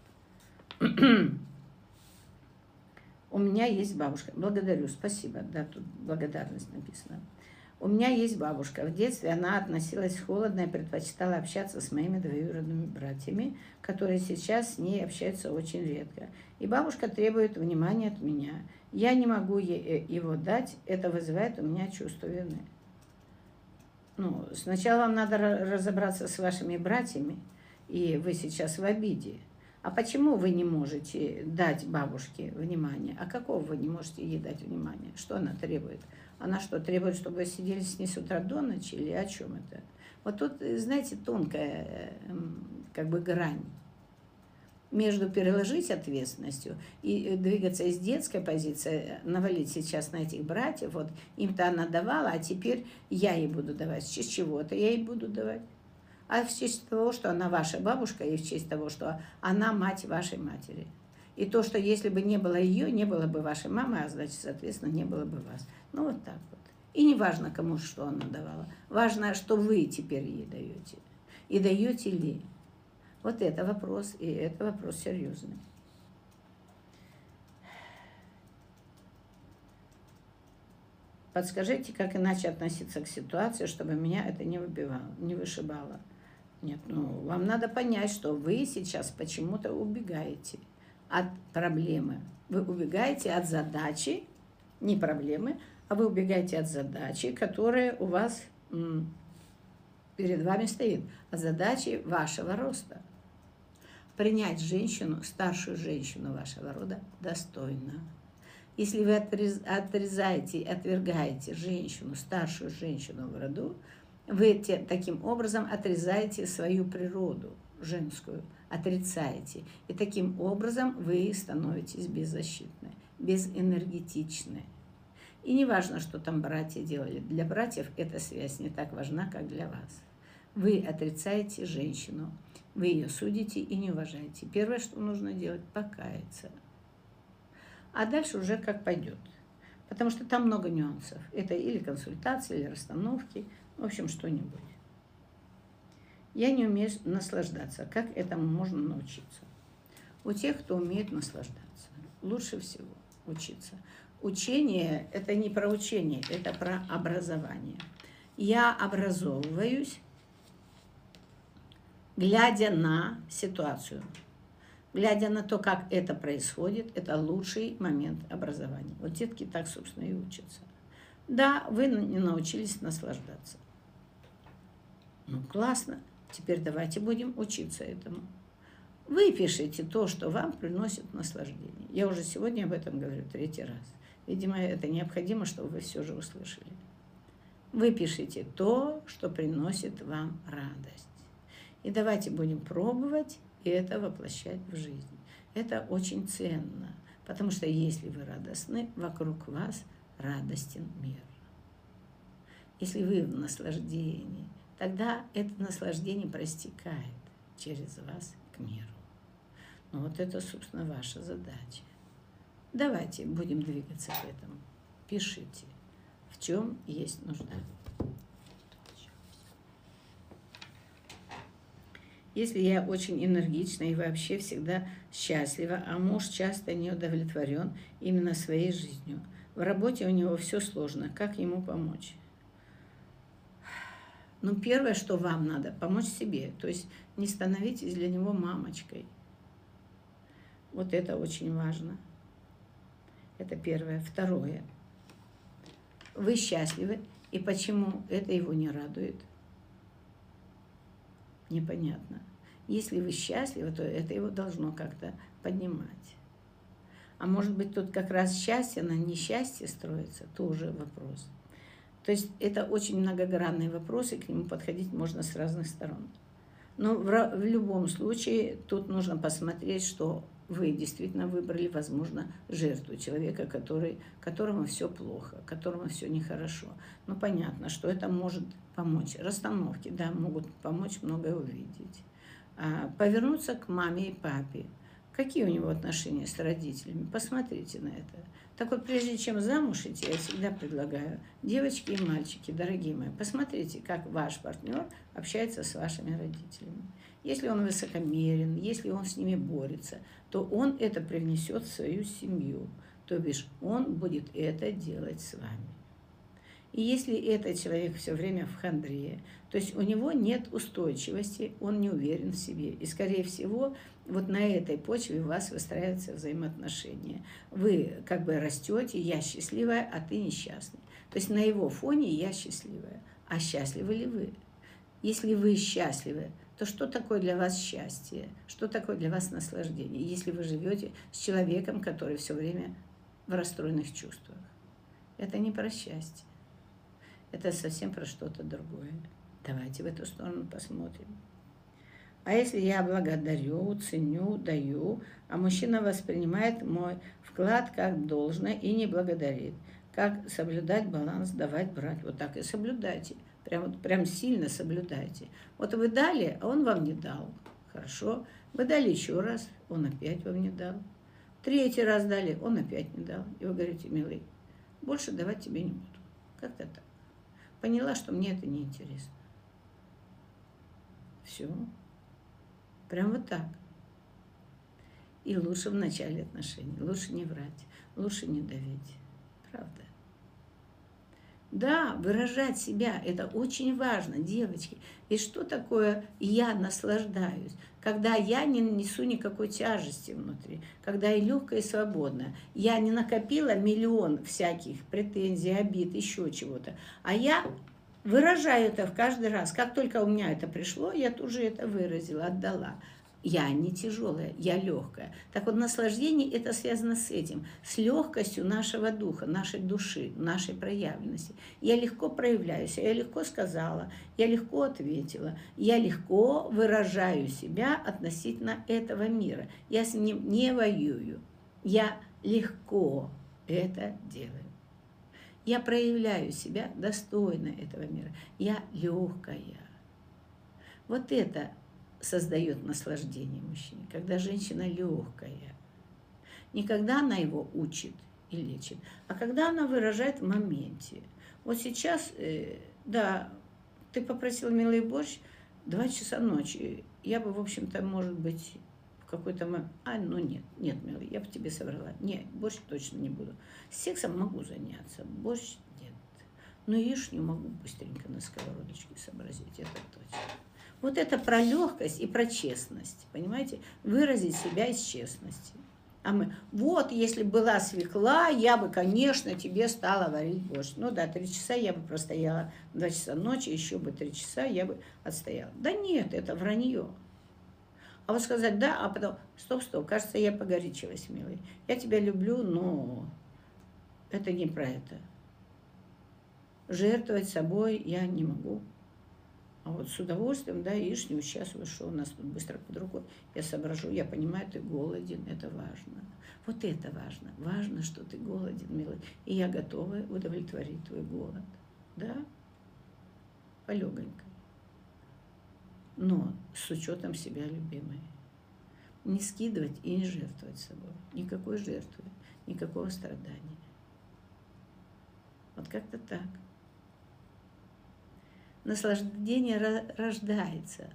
У меня есть бабушка. Благодарю, спасибо. Да, тут благодарность написана. У меня есть бабушка. В детстве она относилась холодно и предпочитала общаться с моими двоюродными братьями, которые сейчас с ней общаются очень редко. И бабушка требует внимания от меня. Я не могу ей его дать, это вызывает у меня чувство вины. Ну, сначала вам надо разобраться с вашими братьями, и вы сейчас в обиде. А почему вы не можете дать бабушке внимание? А какого вы не можете ей дать внимание? Что она требует? Она что, требует, чтобы вы сидели с ней с утра до ночи? Или о чем это? Вот тут, знаете, тонкая как бы грань между переложить ответственностью и двигаться из детской позиции, навалить сейчас на этих братьев, вот им-то она давала, а теперь я ей буду давать. В честь чего-то я ей буду давать. А в честь того, что она ваша бабушка, и в честь того, что она мать вашей матери. И то, что если бы не было ее, не было бы вашей мамы, а значит, соответственно, не было бы вас. Ну, вот так вот. И не важно, кому что она давала. Важно, что вы теперь ей даете. И даете ли. Вот это вопрос, и это вопрос серьезный. Подскажите, как иначе относиться к ситуации, чтобы меня это не выбивало, не вышибало. Нет, ну, вам надо понять, что вы сейчас почему-то убегаете от проблемы. Вы убегаете от задачи, не проблемы, а вы убегаете от задачи, которая у вас м, перед вами стоит. От задачи вашего роста. Принять женщину, старшую женщину вашего рода, достойно. Если вы отрезаете, отвергаете женщину, старшую женщину в роду, вы те, таким образом отрезаете свою природу женскую, отрицаете. И таким образом вы становитесь беззащитны, безэнергетичны. И не важно, что там братья делали. Для братьев эта связь не так важна, как для вас. Вы отрицаете женщину, вы ее судите и не уважаете. Первое, что нужно делать, покаяться. А дальше уже как пойдет. Потому что там много нюансов. Это или консультации, или расстановки, в общем, что-нибудь. Я не умею наслаждаться. Как этому можно научиться? У тех, кто умеет наслаждаться. Лучше всего учиться. Учение – это не про учение, это про образование. Я образовываюсь, глядя на ситуацию. Глядя на то, как это происходит, это лучший момент образования. Вот детки так, собственно, и учатся. Да, вы не научились наслаждаться. Ну, классно. Теперь давайте будем учиться этому. Вы пишите то, что вам приносит наслаждение. Я уже сегодня об этом говорю третий раз. Видимо, это необходимо, чтобы вы все же услышали. Вы пишите то, что приносит вам радость. И давайте будем пробовать и это воплощать в жизнь. Это очень ценно, потому что если вы радостны, вокруг вас радостен мир. Если вы в наслаждении, тогда это наслаждение проистекает через вас к миру. Ну вот это, собственно, ваша задача. Давайте будем двигаться к этому. Пишите, в чем есть нужда. Если я очень энергична и вообще всегда счастлива, а муж часто не удовлетворен именно своей жизнью, в работе у него все сложно, как ему помочь? Ну, первое, что вам надо, помочь себе. То есть не становитесь для него мамочкой. Вот это очень важно. Это первое. Второе. Вы счастливы, и почему это его не радует? Непонятно. Если вы счастливы, то это его должно как-то поднимать. А может быть, тут как раз счастье на несчастье строится, тоже вопрос. То есть это очень многогранный вопрос, и к нему подходить можно с разных сторон. Но в, в любом случае тут нужно посмотреть, что вы действительно выбрали, возможно, жертву человека, который, которому все плохо, которому все нехорошо. Ну, понятно, что это может помочь. Расстановки, да, могут помочь многое увидеть. А, повернуться к маме и папе. Какие у него отношения с родителями? Посмотрите на это. Так вот, прежде чем замуж идти, я всегда предлагаю, девочки и мальчики, дорогие мои, посмотрите, как ваш партнер общается с вашими родителями. Если он высокомерен, если он с ними борется, то он это привнесет в свою семью. То бишь, он будет это делать с вами. И если этот человек все время в хандре, то есть у него нет устойчивости, он не уверен в себе. И, скорее всего, вот на этой почве у вас выстраиваются взаимоотношения. Вы как бы растете, я счастливая, а ты несчастный. То есть на его фоне я счастливая. А счастливы ли вы? Если вы счастливы, то что такое для вас счастье? Что такое для вас наслаждение, если вы живете с человеком, который все время в расстроенных чувствах? Это не про счастье. Это совсем про что-то другое. Давайте в эту сторону посмотрим. А если я благодарю, ценю, даю, а мужчина воспринимает мой вклад как должное и не благодарит, как соблюдать баланс, давать, брать? Вот так и соблюдайте. Прям, вот, прям сильно соблюдайте. Вот вы дали, а он вам не дал. Хорошо. Вы дали еще раз, он опять вам не дал. Третий раз дали, он опять не дал. И вы говорите: милый, больше давать тебе не буду. Как-то так. Поняла, что мне это не интересно. Все. Прям вот так. И лучше в начале отношений. Лучше не врать. Лучше не давить. Правда. Да, выражать себя – это очень важно, девочки. И что такое «я наслаждаюсь»? Когда я не несу никакой тяжести внутри, когда я легкая и свободная. Я не накопила миллион всяких претензий, обид, еще чего-то. А я выражаю это в каждый раз. Как только у меня это пришло, я тут же это выразила, отдала. Я не тяжелая, я легкая. Так вот, наслаждение – это связано с этим, с легкостью нашего духа, нашей души, нашей проявленности. Я легко проявляюсь, я легко сказала, я легко ответила, я легко выражаю себя относительно этого мира. Я с ним не воюю, я легко это делаю. Я проявляю себя достойно этого мира, я легкая. Вот это создает наслаждение мужчине, когда женщина легкая. Не когда она его учит и лечит, а когда она выражает в моменте. Вот сейчас, э, да, ты попросил, милый, борщ, два часа ночи. Я бы, в общем-то, может быть, в какой-то момент... А, ну нет, нет, милый, я бы тебе соврала. Нет, борщ точно не буду. Сексом могу заняться, борщ нет. Но яичню могу быстренько на сковородочке сообразить, это точно. Вот это про легкость и про честность, понимаете? Выразить себя из честности. А мы, вот, если была свекла, я бы, конечно, тебе стала варить борщ. Ну да, три часа я бы простояла, два часа ночи, еще бы три часа я бы отстояла. Да нет, это вранье. А вот сказать, да, а потом, стоп, стоп, кажется, я погорячилась, милый. Я тебя люблю, но это не про это. Жертвовать собой я не могу. А вот с удовольствием, да, яичню, сейчас вот что у нас тут быстро под рукой, я соображу, я понимаю, ты голоден, это важно. Вот это важно. Важно, что ты голоден, милый. И я готова удовлетворить твой голод. Да? Полегонько. Но с учетом себя, любимой. Не скидывать и не жертвовать собой. Никакой жертвы, никакого страдания. Вот как-то так. Наслаждение рождается.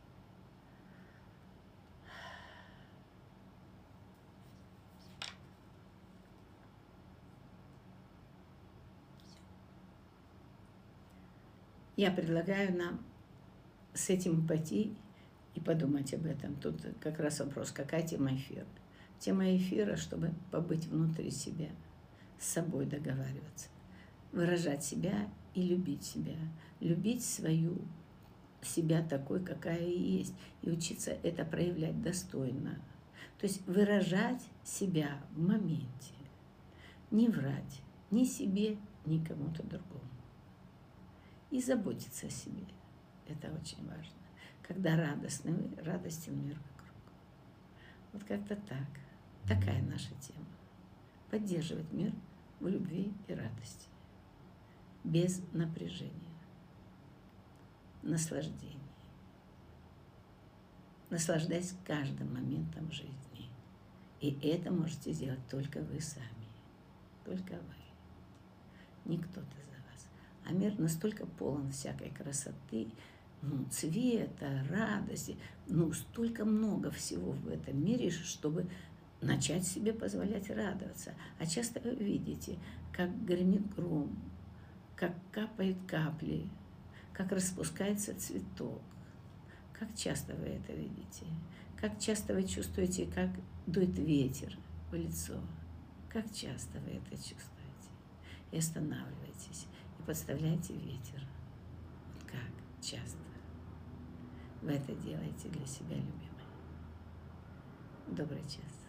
Я предлагаю нам с этим пойти и подумать об этом. Тут как раз вопрос, какая тема эфира. Тема эфира, чтобы побыть внутри себя, с собой договариваться, выражать себя и любить себя, любить свою себя такой, какая и есть, и учиться это проявлять достойно. То есть выражать себя в моменте, не врать ни себе, ни кому-то другому. И заботиться о себе. Это очень важно. Когда радостный вы, радостен мир вокруг. Вот как-то так. Такая наша тема. Поддерживать мир в любви и радости. Без напряжения. Наслаждение. Наслаждаясь каждым моментом жизни. И это можете сделать только вы сами. Только вы. Не кто-то за вас. А мир настолько полон всякой красоты, ну, цвета, радости. Ну, столько много всего в этом мире, чтобы начать себе позволять радоваться. А часто вы видите, как гремит гром, как капают капли, как распускается цветок. Как часто вы это видите? Как часто вы чувствуете, как дует ветер в лицо? Как часто вы это чувствуете? И останавливаетесь, и подставляете ветер. Вот как часто. вы это делаете для себя, любимые. Добрый час.